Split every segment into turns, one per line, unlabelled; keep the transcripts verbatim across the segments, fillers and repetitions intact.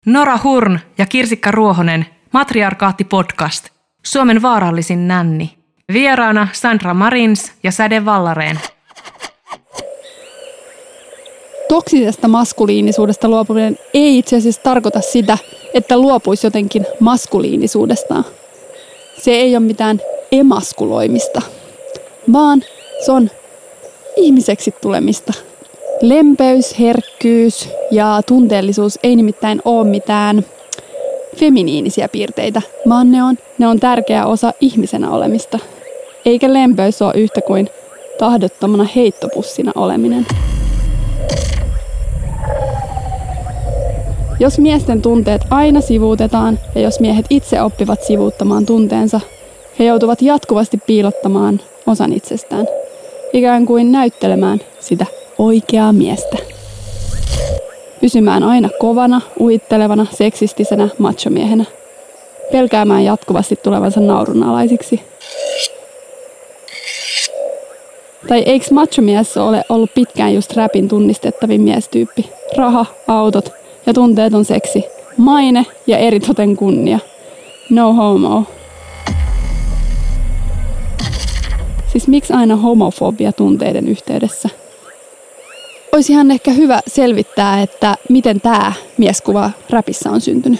Nora Hurn ja Kirsikka Ruohonen, Matriarkaatti-podcast. Suomen vaarallisin nänni. Vieraana Sandra Marins ja Säde Vallareen.
Toksisesta maskuliinisuudesta luopuminen ei itse asiassa tarkoita sitä, että luopuisi jotenkin maskuliinisuudestaan. Se ei ole mitään emaskuloimista, vaan se on ihmiseksi tulemista. Lempeys, herkkyys ja tunteellisuus ei nimittäin ole mitään feminiinisiä piirteitä, vaan ne on, ne on tärkeä osa ihmisenä olemista. Eikä lempeys ole yhtä kuin tahdottomana heittopussina oleminen. Jos miesten tunteet aina sivuutetaan ja jos miehet itse oppivat sivuuttamaan tunteensa, he joutuvat jatkuvasti piilottamaan osan itsestään, ikään kuin näyttelemään sitä oikeaa miestä. Pysymään aina kovana, uittelevana, seksistisenä machomiehenä. Pelkäämään jatkuvasti tulevansa naurunalaisiksi. Tai eikö machomies ole ollut pitkään just räpin tunnistettavin miestyyppi? Raha, autot ja tunteeton seksi. Maine ja eritoten kunnia. No homo. Siis miksi aina homofobia tunteiden yhteydessä? Olisi ihan ehkä hyvä selvittää, että miten tämä mieskuva räpissä on syntynyt.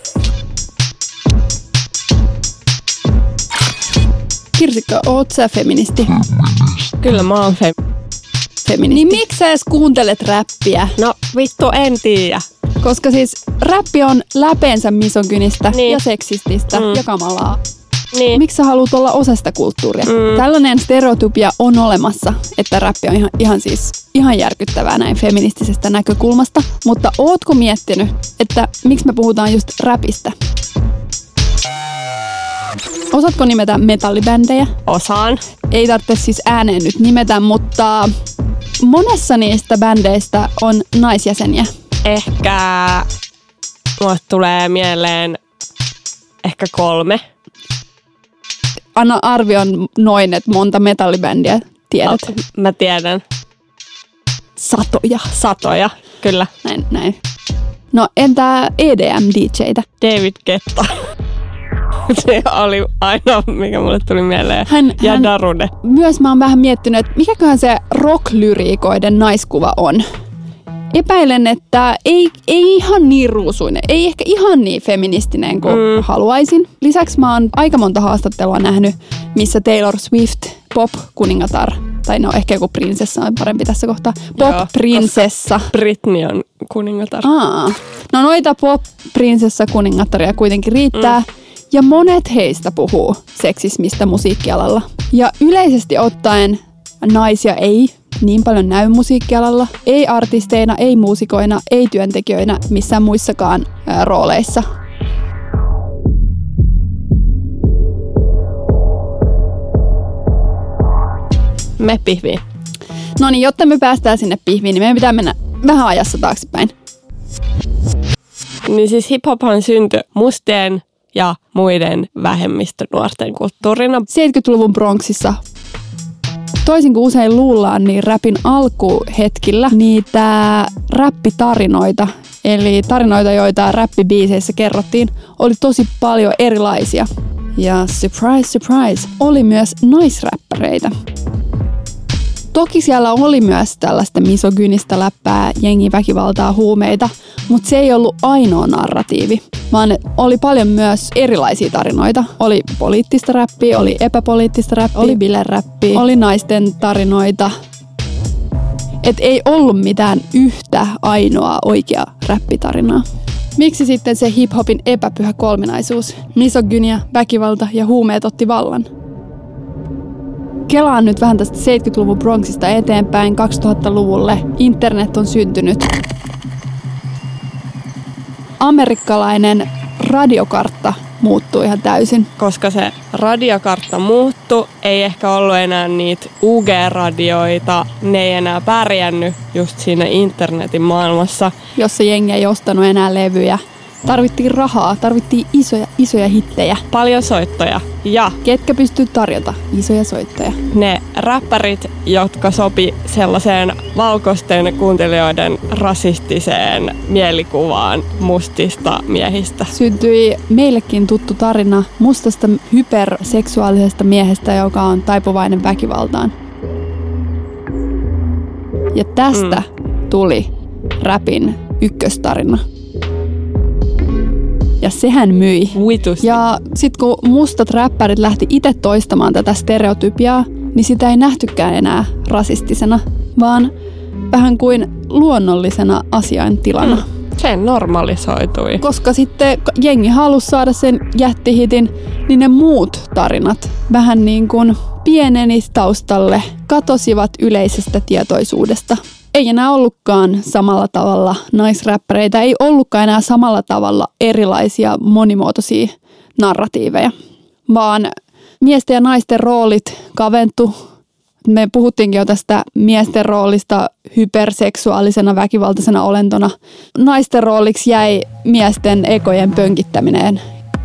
Kirsikka, oot sä feministi?
Kyllä mä oon fe-
feministi. Niin miksi sä edes kuuntelet räppiä?
No vittu en tiedä.
Koska siis räppi on läpeensä misogynistä niin. ja seksististä mm. ja kamalaa. Niin. Miksi sä haluat olla osa sitä kulttuuria? Mm. Tällainen stereotypia on olemassa, että räppi on ihan, ihan siis ihan järkyttävää näin feministisestä näkökulmasta. Mutta ootko miettinyt, että miksi me puhutaan just räpistä? Osaatko nimetä metallibändejä?
Osaan.
Ei tarvitse siis ääneen nyt nimetä, mutta monessa niistä bändeistä on naisjäseniä.
Ehkä mulle tulee mieleen ehkä kolme.
Anna arvion noin, että monta metallibändiä tiedät.
Oh, mä tiedän.
Satoja.
Satoja, kyllä.
Näin, näin. No entä E D M-D J:tä?
David Guetta. Se oli ainoa, mikä mulle tuli mieleen.
Hän,
ja
hän,
Darude.
Myös mä oon vähän miettinyt, että mikäköhän se rock-lyriikoiden naiskuva on. Epäilen, että ei, ei ihan niin ruusuinen, ei ehkä ihan niin feministinen kuin mm. haluaisin. Lisäksi mä oon aika monta haastattelua nähnyt, missä Taylor Swift, pop-kuningatar, tai no ehkä joku prinsessa on parempi tässä kohtaa, pop-prinsessa.
Britney on kuningatar.
Aa. No noita pop-prinsessa kuningattaria kuitenkin riittää. Mm. Ja monet heistä puhuu seksismistä musiikkialalla. Ja yleisesti ottaen naisia ei niin paljon näy musiikkialalla. Ei artisteina, ei muusikoina, ei työntekijöinä, missään muissakaan ää, rooleissa.
Me pihviin.
No niin, jotta me päästään sinne pihviin, niin meidän pitää mennä vähän ajassa taaksepäin.
Niin siis hip-hophan syntyi mustien ja muiden vähemmistönuorten kulttuurina.
seitsemänkymmentäluvun Bronxissa. Toisin kuin usein luullaan, niin räpin alkuhetkillä niitä räppitarinoita, eli tarinoita, joita räppibiiseissä kerrottiin, oli tosi paljon erilaisia. Ja surprise, surprise, oli myös naisräppäreitä. Toki siellä oli myös tällaista misogynistä läppää, jengiväkivaltaa, huumeita, mutta se ei ollut ainoa narratiivi, vaan oli paljon myös erilaisia tarinoita. Oli poliittista räppiä, oli epäpoliittista räppiä, oli bileräppiä, oli naisten tarinoita. Et ei ollut mitään yhtä ainoaa oikeaa räppitarinaa. Miksi sitten se hip-hopin epäpyhä kolminaisuus, misogynia, väkivalta ja huumeet otti vallan? Kelaan nyt vähän tästä seitsemänkymmentäluvun Bronxista eteenpäin kaksituhattaluvulle. Internet on syntynyt. Amerikkalainen radiokartta muuttui ihan täysin.
Koska se radiokartta muuttui, ei ehkä ollut enää niitä U G-radioita. Ne ei enää pärjännyt just siinä internetin maailmassa.
Jossa jengi ei ostanut enää levyjä Tarvittiin rahaa, tarvittiin isoja, isoja hittejä.
Paljon soittoja. Ja
ketkä pystyy tarjota isoja soittoja?
Ne räppärit, jotka sopi sellaiseen valkoisten kuuntelijoiden rasistiseen mielikuvaan mustista miehistä.
Syntyi meillekin tuttu tarina mustasta hyperseksuaalisesta miehestä, joka on taipuvainen väkivaltaan. Ja tästä mm. tuli räpin ykköstarina. Ja sehän myi.
Vitusti.
Ja sitten kun mustat räppärit lähti itse toistamaan tätä stereotypiaa, niin sitä ei nähtykään enää rasistisena, vaan vähän kuin luonnollisena asiaintilana. Mm.
Se normalisoitui.
Koska sitten jengi halusi saada sen jättihitin, niin ne muut tarinat vähän niin kuin pieneni taustalle, katosivat yleisestä tietoisuudesta. Ei enää ollutkaan samalla tavalla naisräppäreitä, ei ollutkaan enää samalla tavalla erilaisia monimuotoisia narratiiveja, vaan miesten ja naisten roolit kaventu. Me puhuttiinkin jo tästä miesten roolista hyperseksuaalisena väkivaltaisena olentona. Naisten rooliksi jäi miesten ekojen pönkittäminen.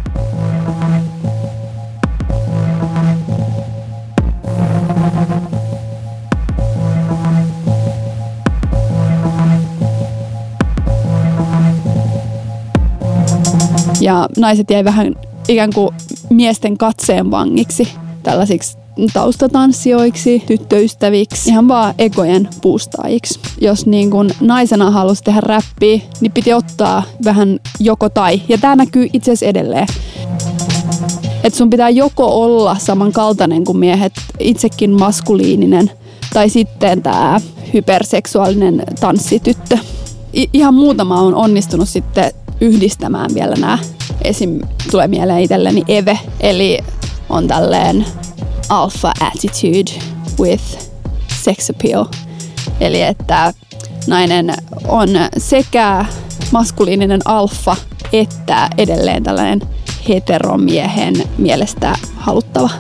Ja naiset jäi vähän ikään kuin miesten katseen vangiksi, tällaisiksi taustatanssijoiksi, tyttöystäviksi, ihan vaan ekojen puustaajiksi. Jos niin kuin naisena halusi tehdä räppiä, niin piti ottaa vähän joko tai. Ja tämä näkyy itse asiassa edelleen. Että sun pitää joko olla samankaltainen kuin miehet, itsekin maskuliininen, tai sitten tämä hyperseksuaalinen tanssityttö. I- ihan muutama on onnistunut sitten yhdistämään vielä nämä. Esim. Tulee mieleen itselleni Eve, eli on tälleen alpha attitude with sex appeal. Eli että nainen on sekä maskuliininen alfa että edelleen tällainen heteromiehen mielestä haluttava.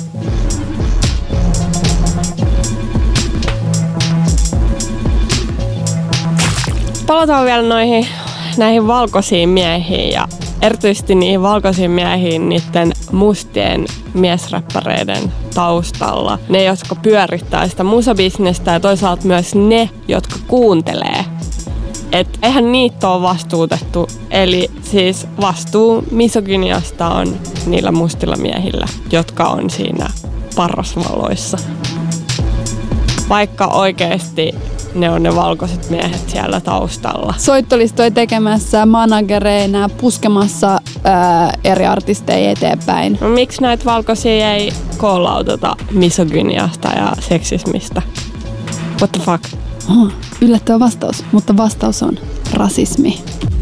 Palataan vielä noihin näihin valkoisiin miehiin ja erityisesti niihin valkoisiin miehiin niiden mustien miesräppäreiden taustalla. Ne, jotka pyörittää sitä musabisnestä ja toisaalta myös ne, jotka kuuntelee. Et eihän niitä ole vastuutettu. Eli siis vastuu misogyniasta on niillä mustilla miehillä, jotka on siinä parrasvaloissa. Vaikka oikeasti ne on ne valkoiset miehet siellä taustalla.
Soittolistoi tekemässä, managereina, puskemassa ää, eri artisteja eteenpäin.
No, miksi näitä valkoisia ei koolauteta misogyniasta ja seksismistä? What the fuck?
Oh, yllättävä vastaus, mutta vastaus on rasismi.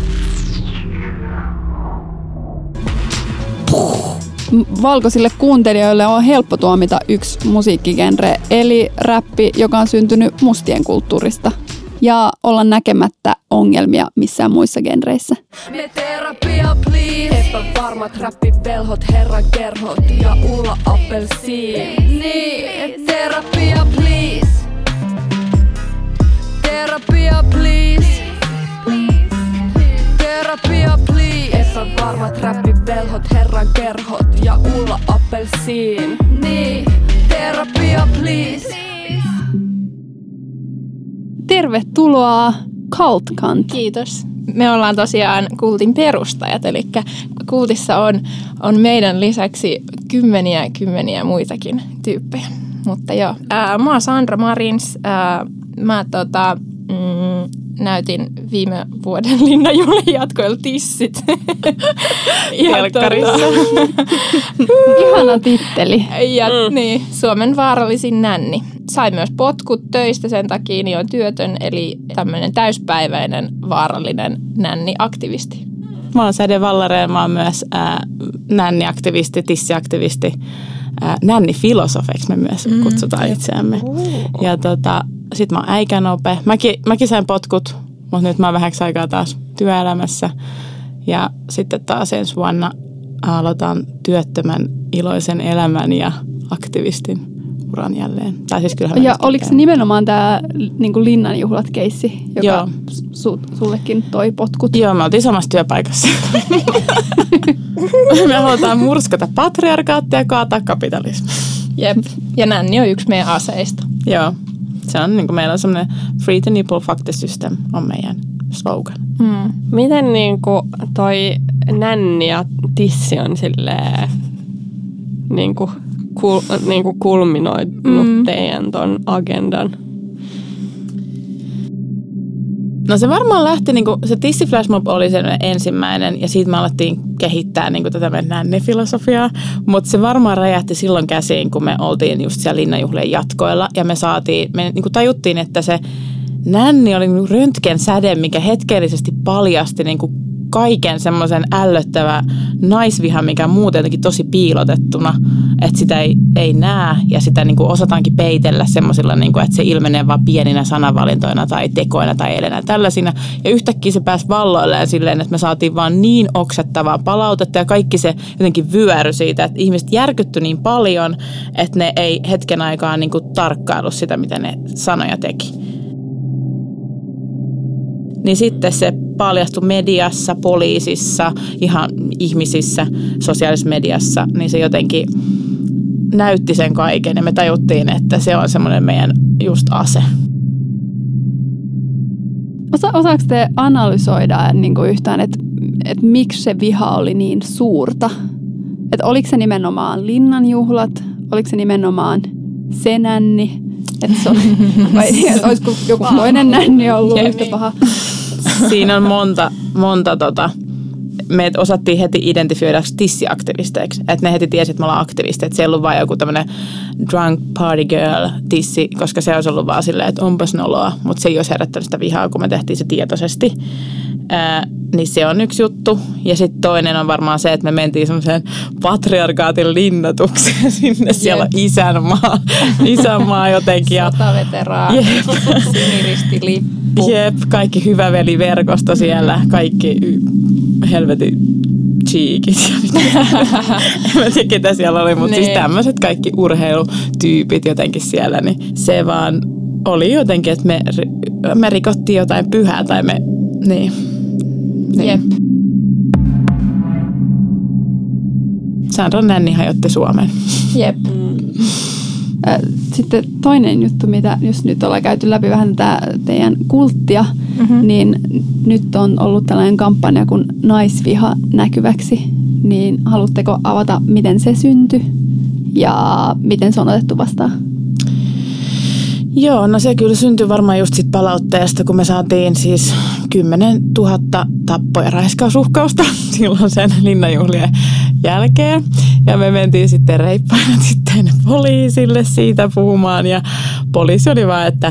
Valkoisille kuuntelijoille on helppo tuomita yksi musiikkigenre, eli räppi, joka on syntynyt mustien kulttuurista, ja olla näkemättä ongelmia missään muissa genreissä.
Me terapia please, epävarmat räppivelhot, herran kerhot ja Ulla Appelsiin. Niin, terapia please, terapia please, terapia please. Epävarmat räppivelhot, herran kerhot ja Ulla Appelsiin. Niin, terapia please.
Tervetuloa Cult-Kant.
Kiitos. Me ollaan tosiaan kultin perustajat, eli kultissa on, on meidän lisäksi kymmeniä kymmeniä muitakin tyyppejä. Mutta joo, ää, mä oon Sandra Marins. Ää, mä tota, mm, näytin viime vuoden Linna Julin jatkoilla tissit.
Telkkarissa.
Ihana titteli.
Ja mm. niin, Suomen vaarallisin nänni. Sain myös potkut töistä sen takia, niin on työtön, eli tämmöinen täyspäiväinen vaarallinen nänni-aktivisti.
Mä oon Säde Vallareen, mä oon myös äh, nänni-aktivisti, tissiaktivisti, äh, nänni-filosofeiksi me myös mm, kutsutaan itseämme. Uh. Ja tota, sit mä oon äikänope. Mäkin, mäkin sain potkut, mutta nyt mä oon vähäksi aikaa taas työelämässä. Ja sitten taas ensi vuonna aloitan työttömän iloisen elämän ja aktivistin uran jälleen. Tai siis kyllähän
ja oliko se nimenomaan tämä niin linnanjuhlat-keissi, joka Joo. Su, sullekin toi potkut?
Joo, me oltiin samassa työpaikassa. Me halutaan murskata patriarkaattia ja kaataa kapitalismi.
Jep, ja nänni on yksi meidän aseista.
Joo, se on niin kuin meillä on semmoinen free the nipple fuck the system on meidän slogan.
Mm. Miten niin kuin toi nänni ja tissi on silleen niin kuin, kul, niin kuin kulminoinut mm. teidän ton agendan?
No se varmaan lähti, niin kuin, se Tissi Flash Mob oli se ensimmäinen ja siitä me alettiin kehittää niin kuin, tätä meidän nännifilosofiaa, mutta se varmaan räjähti silloin käsiin, kun me oltiin just siellä linnanjuhlien jatkoilla ja me saatiin, me niin kuin tajuttiin, että se nänni oli niin kuin röntgensäde, mikä hetkellisesti paljasti niin kuin kaiken semmoisen ällöttävä naisviha, mikä on muuten jotenkin tosi piilotettuna, että sitä ei, ei näe ja sitä niin kuin osataankin peitellä semmoisilla, niin kuin, että se ilmenee vaan pieninä sanavalintoina tai tekoina tai eilenä tällaisina. Ja yhtäkkiä se pääsi valloilleen silleen, että me saatiin vaan niin oksettavaa palautetta ja kaikki se jotenkin vyöry siitä, että ihmiset järkyttyi niin paljon, että ne ei hetken aikaa niin kuin tarkkailu sitä, mitä ne sanoja teki. Niin sitten se paljastui mediassa, poliisissa, ihan ihmisissä, sosiaalisessa mediassa, niin se jotenkin näytti sen kaiken ja me tajuttiin, että se on semmoinen meidän just ase.
Osa, osaako te analysoida niin kuin yhtään, että, että miksi se viha oli niin suurta? Että oliko se nimenomaan linnanjuhlat, oliko se nimenomaan se nänni? Että se oli, vai että olisiko joku toinen nänni ollut ja yhtä paha?
Siinä on monta, monta tota, me osattiin heti identifioida tissiaktivisteiksi. Että ne heti tiesi, että me ollaan aktivisteja. Että se ei ollut vaan joku tämmöinen drunk party girl tissi, koska se olisi ollut vaan silleen, että onpas noloa. Mutta se ei olisi herättänyt sitä vihaa, kun me tehtiin se tietoisesti. Ää, niin se on yksi juttu. Ja sitten toinen on varmaan se, että me mentiin semmoiseen patriarkaatin linnoitukseen sinne. Siellä on isänmaa, isänmaa jotenkin.
Sotaveteraani, siniristilippu.
Jep, kaikki hyvä veliverkosto siellä, kaikki helvetin cheekit. En mä tiedä, ketä siellä oli, mutta siis tämmöiset kaikki urheilutyypit jotenkin siellä. Niin se vaan oli jotenkin, että me, me rikottiin jotain pyhää tai me, niin. niin.
Jep.
Sandra Nänni hajotti Suomen.
Jep.
Sitten toinen juttu, mitä just nyt ollaan käyty läpi vähän tätä teidän kulttia, mm-hmm. niin nyt on ollut tällainen kampanja kuin naisviha näkyväksi. Niin haluatteko avata, miten se syntyi ja miten se on otettu vastaan?
Joo, no se kyllä syntyi varmaan just sit palautteesta, kun me saatiin siis kymmenen tuhatta tappo- ja raiskausuhkausta silloin sen linnanjuhlien jälkeen. Ja me mentiin sitten reippaina sitten poliisille siitä puhumaan ja poliisi oli vaan, että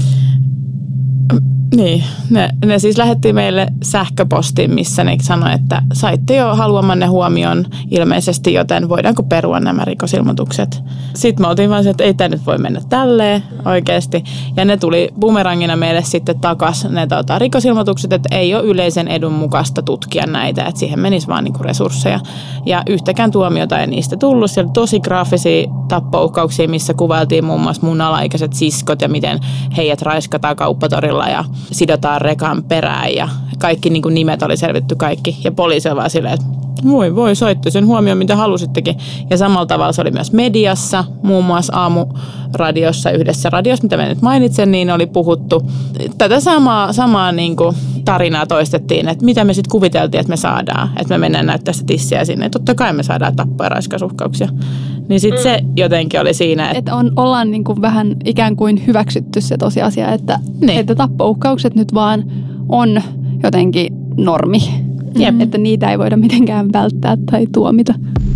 niin, ne, ne siis lähetti meille sähköpostin, missä ne sanoi, että saitte jo haluamanne huomioon ilmeisesti, joten voidaanko perua nämä rikosilmoitukset. Sitten me oltiin vaan se, että ei tämä nyt voi mennä tälleen oikeasti. Ja ne tuli bumerangina meille sitten takaisin ne tota, rikosilmoitukset, että ei ole yleisen edun mukaista tutkia näitä, että siihen menisi vaan niinku resursseja. Ja yhtäkään tuomiota ei niistä tullut. Siellä oli tosi graafisia tappouhkauksia, missä kuvailtiin muun muassa mun alaikäiset siskot ja miten heidät raiskataan kauppatorilla ja sidotaan rekan perään ja kaikki niin kuin nimet oli selvitty kaikki. Ja poliisi on vaan silleen, että voi voi, soitte sen huomioon, mitä halusittekin. Ja samalla tavalla se oli myös mediassa, muun muassa aamuradiossa, yhdessä radiossa, mitä mä nyt mainitsen, niin oli puhuttu. Tätä samaa, samaa niin kuin tarinaa toistettiin, että mitä me sitten kuviteltiin, että me saadaan. Että me mennään näyttää sitä tissiä sinne. Totta kai me saadaan tappoja ja raiskausuhkauksia. Niin sitten se jotenkin oli siinä, että...
Et on, ollaan niin kuin vähän ikään kuin hyväksytty se tosiasia, että, niin. että tappouhkaukset nyt vaan on jotenkin normi. Jep. Että niitä ei voida mitenkään välttää tai tuomita.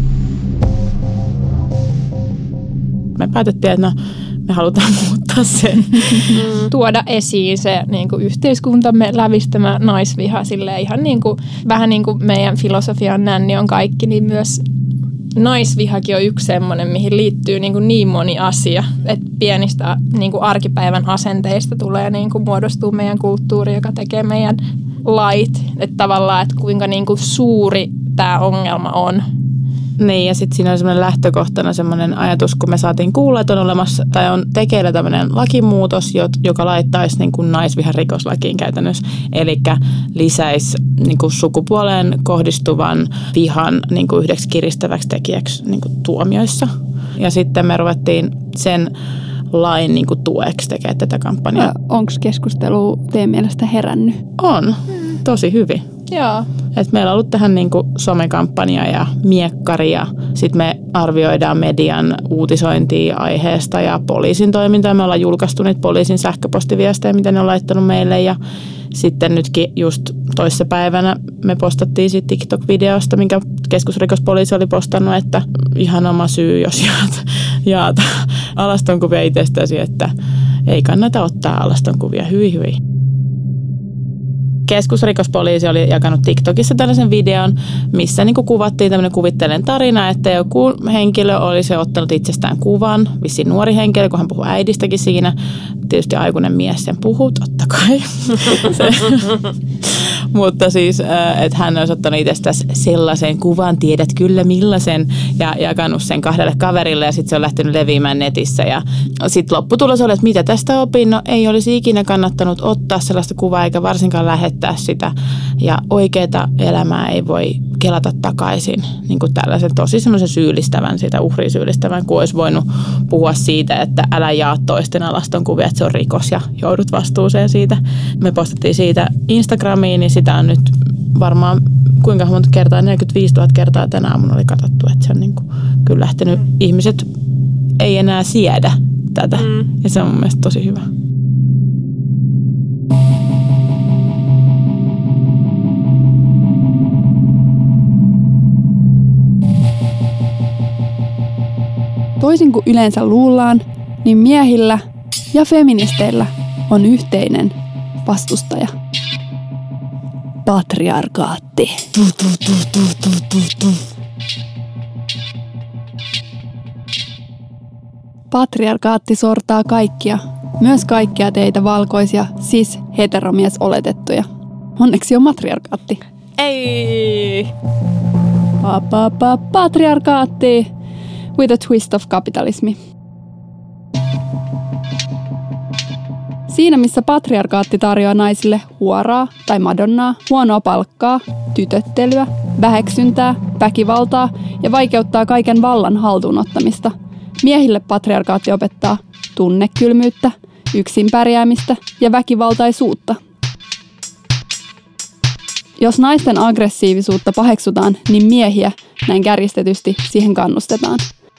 Me päätettiin, että no, me halutaan muuttaa se.
Tuoda esiin se niin kuin yhteiskuntamme lävistämä naisviha. Silleen ihan niin kuin, vähän niin kuin meidän filosofian nänni on kaikki, niin myös naisvihakin on yksi semmoinen, mihin liittyy niin, kuin niin moni asia. Että pienistä niin kuin arkipäivän asenteista tulee niin kuin muodostuu meidän kulttuuri, joka tekee meidän lait. Että tavallaan, että kuinka niin kuin suuri tämä ongelma on.
Niin, ja sitten siinä oli semmoinen lähtökohtana semmoinen ajatus, kun me saatiin kuulla, että on olemassa, tai on tekeillä tämmöinen lakimuutos, joka laittaisi niin kuin naisvihan rikoslakiin käytännössä. Eli lisäisi niin kuin sukupuoleen kohdistuvan vihan niin kuin yhdeksi kiristäväksi tekijäksi niin kuin tuomioissa. Ja sitten me ruvettiin sen lain niin kuin tueksi tekemään tätä kampanjaa.
Onko keskustelu teidän mielestä herännyt?
On, tosi hyvin.
Joo.
Et meillä on ollut tähän niinku somekampanja ja miekkari ja sitten me arvioidaan median uutisointia aiheesta ja poliisin toimintaa. Me ollaan julkaistu niitä poliisin sähköpostiviestejä, mitä ne on laittanut meille ja sitten nytkin just toissapäivänä me postattiin siitä TikTok-videosta, minkä keskusrikospoliisi oli postannut, että ihan oma syy, jos jaat, jaat alastonkuvia itsestäsi, että ei kannata ottaa alastonkuvia, hyi hyi. Keskusrikospoliisi oli jakanut TikTokissa tällaisen videon, missä niin kuin kuvattiin tämmöinen kuvitteellinen tarina, että joku henkilö olisi ottanut itsestään kuvan, vissiin nuori henkilö, kun hän puhui äidistäkin siinä. Tietysti aikuinen mies sen puhuu, totta kai. Mutta siis, että hän olisi ottanut itsestään sellaisen kuvan, tiedät kyllä millaisen, ja jakanut sen kahdelle kaverille, ja sitten se on lähtenyt leviämään netissä. Ja sitten lopputulos oli, että mitä tästä opin? No ei olisi ikinä kannattanut ottaa sellaista kuvaa, eikä varsinkaan lähettää sitä. Ja oikeaa elämää ei voi kelata takaisin, niin kuin tällaisen tosi semmoisen syyllistävän, sitä uhria syyllistävän, kun olisi voinut puhua siitä, että älä jaa toisten alastonkuvia, että se on rikos ja joudut vastuuseen siitä. Me postattiin siitä Instagramiin, niin sitä on nyt varmaan kuinka monta kertaa, neljäkymmentäviisituhatta kertaa tänä aamuna oli katsottu, että se on niin kuin kyllä lähtenyt, ihmiset ei enää siedä tätä mm. ja se on mun mielestä tosi hyvä.
Toisin kuin yleensä luullaan, niin miehillä ja feministeillä on yhteinen vastustaja. Patriarkaatti. Tu, tu, tu, tu, tu, tu, tu. Patriarkaatti sortaa kaikkia, myös kaikkia teitä valkoisia, siis heteromies oletettuja. Onneksi on matriarkaatti.
Ei!
Pa, pa, pa, patriarkaatti! With a twist of capitalism. Siinä missä patriarkaatti tarjoaa naisille huoraa tai madonnaa, huonoa palkkaa, tytöttelyä, väheksyntää, väkivaltaa ja vaikeuttaa kaiken vallan haltuunottamista, miehille patriarkaatti opettaa tunnekylmyyttä, yksin pärjäämistä ja väkivaltaisuutta. Jos naisten aggressiivisuutta paheksutaan, niin miehiä näin kärjistetysti siihen kannustetaan.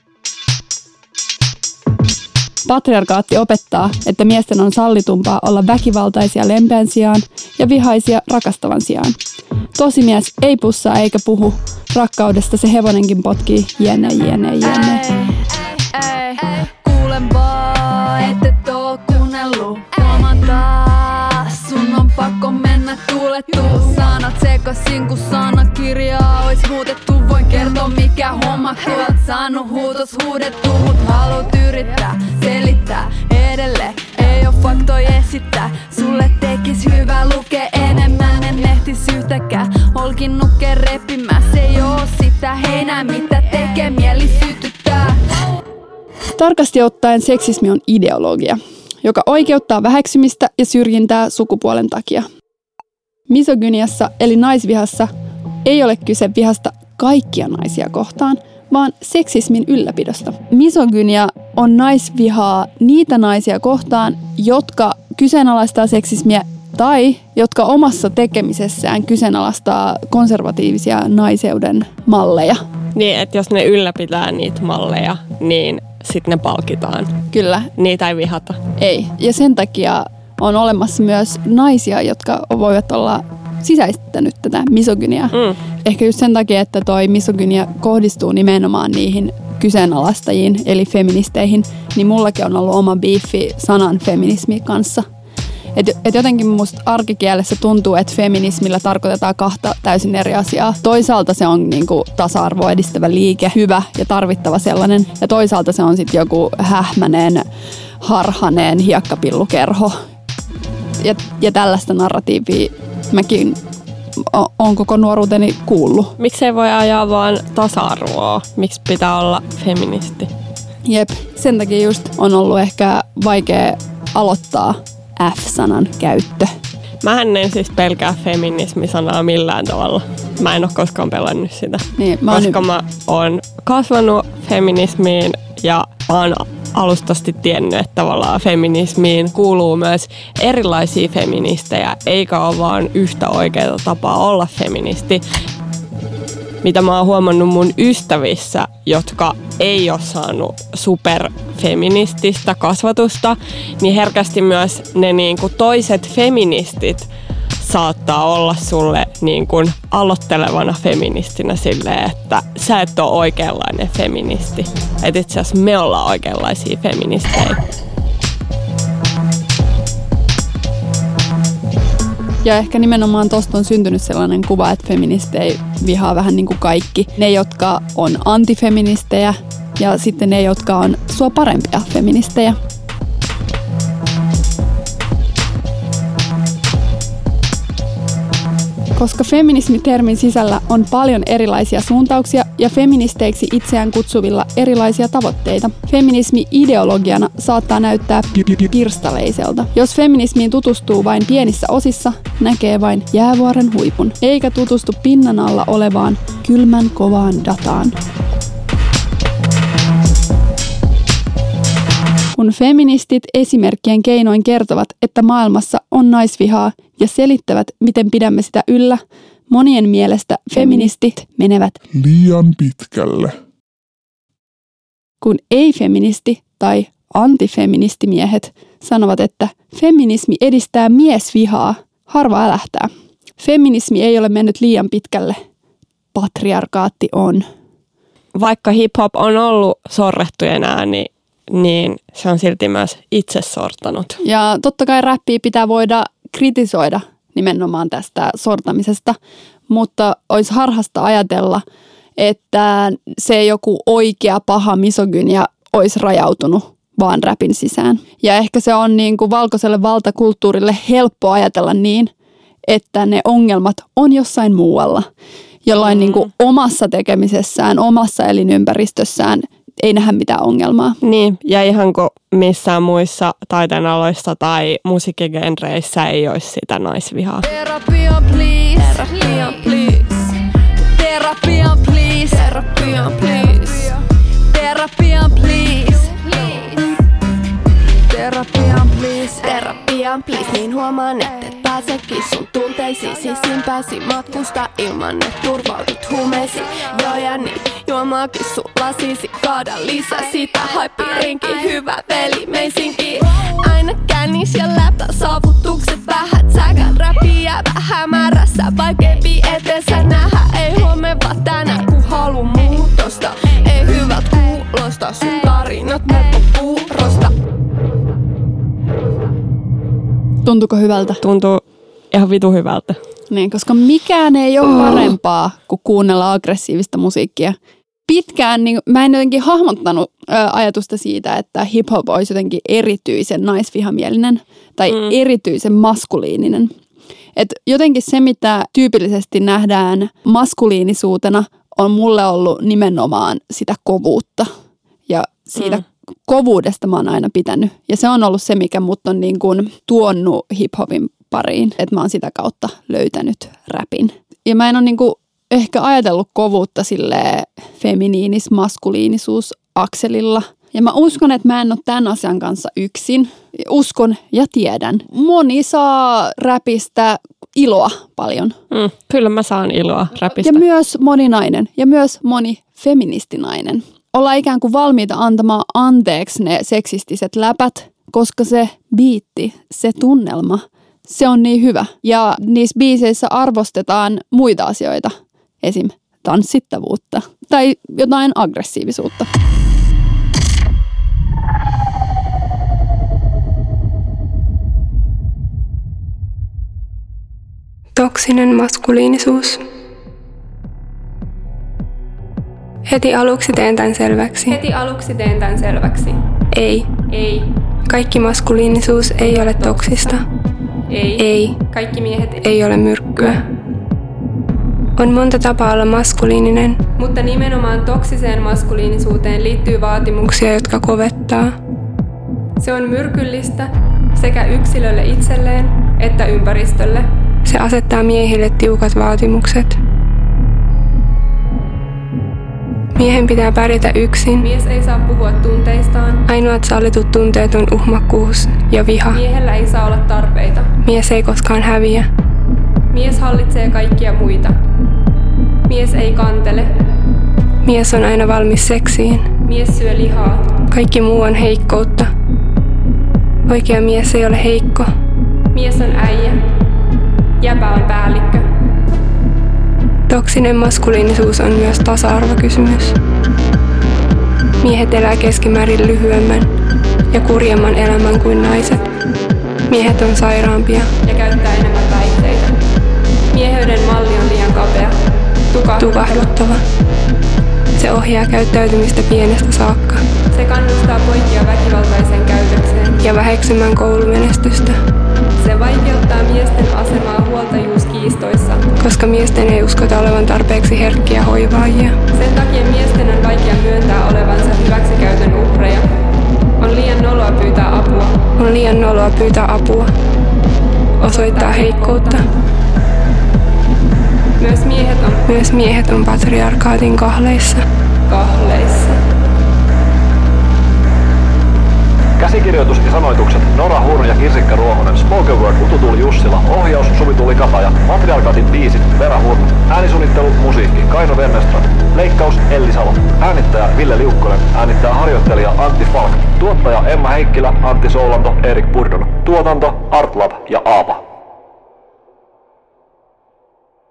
Patriarkaatti opettaa, että miesten on sallitumpaa olla väkivaltaisia lempeän sijaan ja vihaisia rakastavan sijaan. Tosimies ei pussaa eikä puhu. Rakkaudesta se hevonenkin potkii. Jene, jene, jene.
Ei, ei, kuulen vaan, et oo kuunnellut. Huomaan taas, sun on pakko mennä tuulettuu. Sanat sekasin, kun sanakirjaa ois muutettu. Voin kertoa mikä homma, kun oot saanut huutos huudettu. Mut haluut yrittää, selittää edelleen. Ei oo faktoi esittää. Sulle tekis hyvä lukea enemmän, en ehtis yhtäkään. Olkin nukkeen repimään, se ei oo sitä heinää, mitä tekee mieli sytyttää.
Tarkasti ottaen seksismi on ideologia, joka oikeuttaa väheksymistä ja syrjintää sukupuolen takia. Misogyniassa eli naisvihassa ei ole kyse vihasta kaikkia naisia kohtaan, vaan seksismin ylläpidosta. Misogynia on naisvihaa niitä naisia kohtaan, jotka kyseenalaistaa seksismiä tai jotka omassa tekemisessään kyseenalaistaa konservatiivisia naiseuden malleja.
Niin, että jos ne ylläpitää niitä malleja, niin sitten ne palkitaan.
Kyllä.
Niitä ei vihata.
Ei. Ja sen takia on olemassa myös naisia, jotka voivat olla sisäistänyt tätä misogyniaa. Mm. Ehkä just sen takia, että toi misogynia kohdistuu nimenomaan niihin kyseenalaistajiin, eli feministeihin, niin mullakin on ollut oma biifi sanan feminismi kanssa. Et, et jotenkin musta arkikielessä tuntuu, että feminismillä tarkoitetaan kahta täysin eri asiaa. Toisaalta se on niinku tasa-arvoa edistävä liike, hyvä ja tarvittava sellainen. Ja toisaalta se on sitten joku hähmäinen, harhainen hiekkapillukerho. Ja, ja tällaista narratiivia mäkin on koko nuoruuteni kuullut.
Miksei voi ajaa vaan tasa-arvoa? Miksi pitää olla feministi?
Jep, sen takia just on ollut ehkä vaikea aloittaa F-sanan käyttö.
Mähän en siis pelkää feminismi-sanaa millään tavalla. Mä en ole koskaan pelannut sitä.
Niin, mä
koska
oon...
mä oon kasvanut feminismiin ja mä oon alustasti tiennyt, että tavallaan feminismiin kuuluu myös erilaisia feministejä, eikä ole vaan yhtä oikeaa tapaa olla feministi. Mitä mä oon huomannut mun ystävissä, jotka ei ole saanut superfeminististä kasvatusta, niin herkästi myös ne niinku toiset feministit saattaa olla sulle niinku aloittelevana feministinä silleen, että sä et ole oikeanlainen feministi. Et itse asiassa me ollaan oikeanlaisia feministejä.
Ja ehkä nimenomaan tosta on syntynyt sellainen kuva, että feministei vihaa vähän niin kuin kaikki. Ne, jotka on antifeministejä ja sitten ne, jotka on sua parempia feministejä. Koska feminismi-termin sisällä on paljon erilaisia suuntauksia ja feministeiksi itseään kutsuvilla erilaisia tavoitteita. Feminismi ideologiana saattaa näyttää pirstaleiselta. Jos feminismiin tutustuu vain pienissä osissa, näkee vain jäävuoren huipun, eikä tutustu pinnan alla olevaan kylmän kovaan dataan. Kun feministit esimerkkien keinoin kertovat, että maailmassa on naisvihaa ja selittävät, miten pidämme sitä yllä, monien mielestä feministit menevät
liian pitkälle.
Kun ei-feministi tai antifeministimiehet sanovat, että feminismi edistää miesvihaa, harva älähtää. Feminismi ei ole mennyt liian pitkälle. Patriarkaatti on.
Vaikka hip-hop on ollut sorrettujen ääni, niin se on silti myös itse sortanut.
Ja totta kai räppiä pitää voida kritisoida nimenomaan tästä sortamisesta, mutta olisi harhasta ajatella, että se joku oikea paha misogynia olisi rajautunut vaan räpin sisään. Ja ehkä se on niin kuin valkoiselle valtakulttuurille helppo ajatella niin, että ne ongelmat on jossain muualla, jollain mm. niin kuin omassa tekemisessään, omassa elinympäristössään ei nähdä mitään ongelmaa.
Niin, ja ihan kuin missään muissa taiteenaloissa tai musiikkigenreissä ei olisi sitä naisvihaa.
Terapia please, terapia please, terapia please, terapia please, terapia please, terapia please, terapia please. Niin huomaan, että et pääsekin sun tunteisiin, sisimpääsi matkusta ilman, että turvaudut huumeisiin. Joo ja niin, juomaakin sun lasisi, kaada lisää sitä, haippirinkin hyvä veli meisinkin. Aina kännis ja läpä, saavutukset vähät, säkään räpiä vähän hämärässä, vaikeampi eteensä nähdä. Ei huome vaan tänään, kun halu muutosta, ei hyvät kuulosta, sun tarinat melko puurosta.
Tuntuuko hyvältä?
Tuntuu ihan vitu hyvältä.
Niin, koska mikään ei ole parempaa kuin kuunnella aggressiivista musiikkia. Pitkään niin mä en jotenkin hahmottanut ö, ajatusta siitä, että hip-hop olisi jotenkin erityisen naisvihamielinen tai mm. erityisen maskuliininen. Et jotenkin se, mitä tyypillisesti nähdään maskuliinisuutena, on mulle ollut nimenomaan sitä kovuutta. Ja siitä mm. kovuudesta mä oon aina pitänyt. Ja se on ollut se, mikä mut on niin kuin tuonut hip-hopin pariin. Että mä oon sitä kautta löytänyt räpin. Ja mä en ole niin kuin ehkä ajatellut kovuutta silleen feminiinis-maskuliinisuus-akselilla. Ja mä uskon, että mä en ole tämän asian kanssa yksin. Uskon ja tiedän. Moni saa räpistä iloa paljon.
Mm, kyllä mä saan iloa räpistä.
Ja myös moni nainen. Ja myös moni feministinainen. Ollaan ikään kuin valmiita antamaan anteeksi ne seksistiset läpät, koska se biitti, se tunnelma, se on niin hyvä. Ja niissä biiseissä arvostetaan muita asioita, esim. Tanssittavuutta tai jotain aggressiivisuutta.
Toksinen maskuliinisuus. Heti aluksi teen tämän selväksi.
Heti aluksi teen tämän selväksi.
Ei.
Ei.
Kaikki maskuliinisuus ei ole toksista.
Ei.
Ei.
Kaikki miehet
ei ole myrkkyä. On monta tapaa olla maskuliininen,
mutta nimenomaan toksiseen maskuliinisuuteen liittyy vaatimuksia,
jotka kovettaa.
Se on myrkyllistä sekä yksilölle itselleen että ympäristölle.
Se asettaa miehille tiukat vaatimukset. Miehen pitää pärjätä yksin.
Mies ei saa puhua tunteistaan.
Ainoat sallitut tunteet on uhmakkuus ja viha.
Miehellä ei saa olla tarpeita.
Mies ei koskaan häviä.
Mies hallitsee kaikkia muita. Mies ei kantele.
Mies on aina valmis seksiin.
Mies syö lihaa.
Kaikki muu on heikkoutta. Oikea mies ei ole heikko.
Mies on äijä. Jäpä on päällikkö.
Toksinen maskuliinisuus on myös tasa-arvokysymys. Miehet elää keskimäärin lyhyemmän ja kurjemman elämän kuin naiset. Miehet on sairaampia
ja käyttää enemmän päihteitä. Mieheyden malli on liian kapea, tukahduttava.
tukahduttava. Se ohjaa käyttäytymistä pienestä saakka.
Se kannustaa poikia väkivaltaiseen käytökseen
ja väheksymään koulumenestystä.
Se vaikeuttaa miesten asemaa huoltajuuskiistoissa,
koska miesten ei uskota olevan tarpeeksi herkkiä hoivaajia.
Sen takia miesten on vaikea myöntää olevansa hyväksikäytön uhreja. On liian noloa pyytää apua.
On liian noloa pyytää apua. Osoittaa heikkoutta.
Myös miehet on,
Myös miehet on patriarkaatin kahleissa.
Kahleissa.
Käsikirjoitus ja sanoitukset Nora Hurn ja Kirsikka Ruohonen, Spoken Word Utu Tuuli Jussila, ohjaus Suvi Tuuli Kataja, Matriarkaatin biisit Vera Hurn, äänisuunnittelu, musiikki Kaino Vennestrand, leikkaus Elli Salo, äänittäjä Ville Liukkonen, äänittäjä harjoittelija Antti Falk, tuottaja Emma Heikkilä, Antti Soulanto, Erik Purdon, tuotanto Artlab ja Aapa.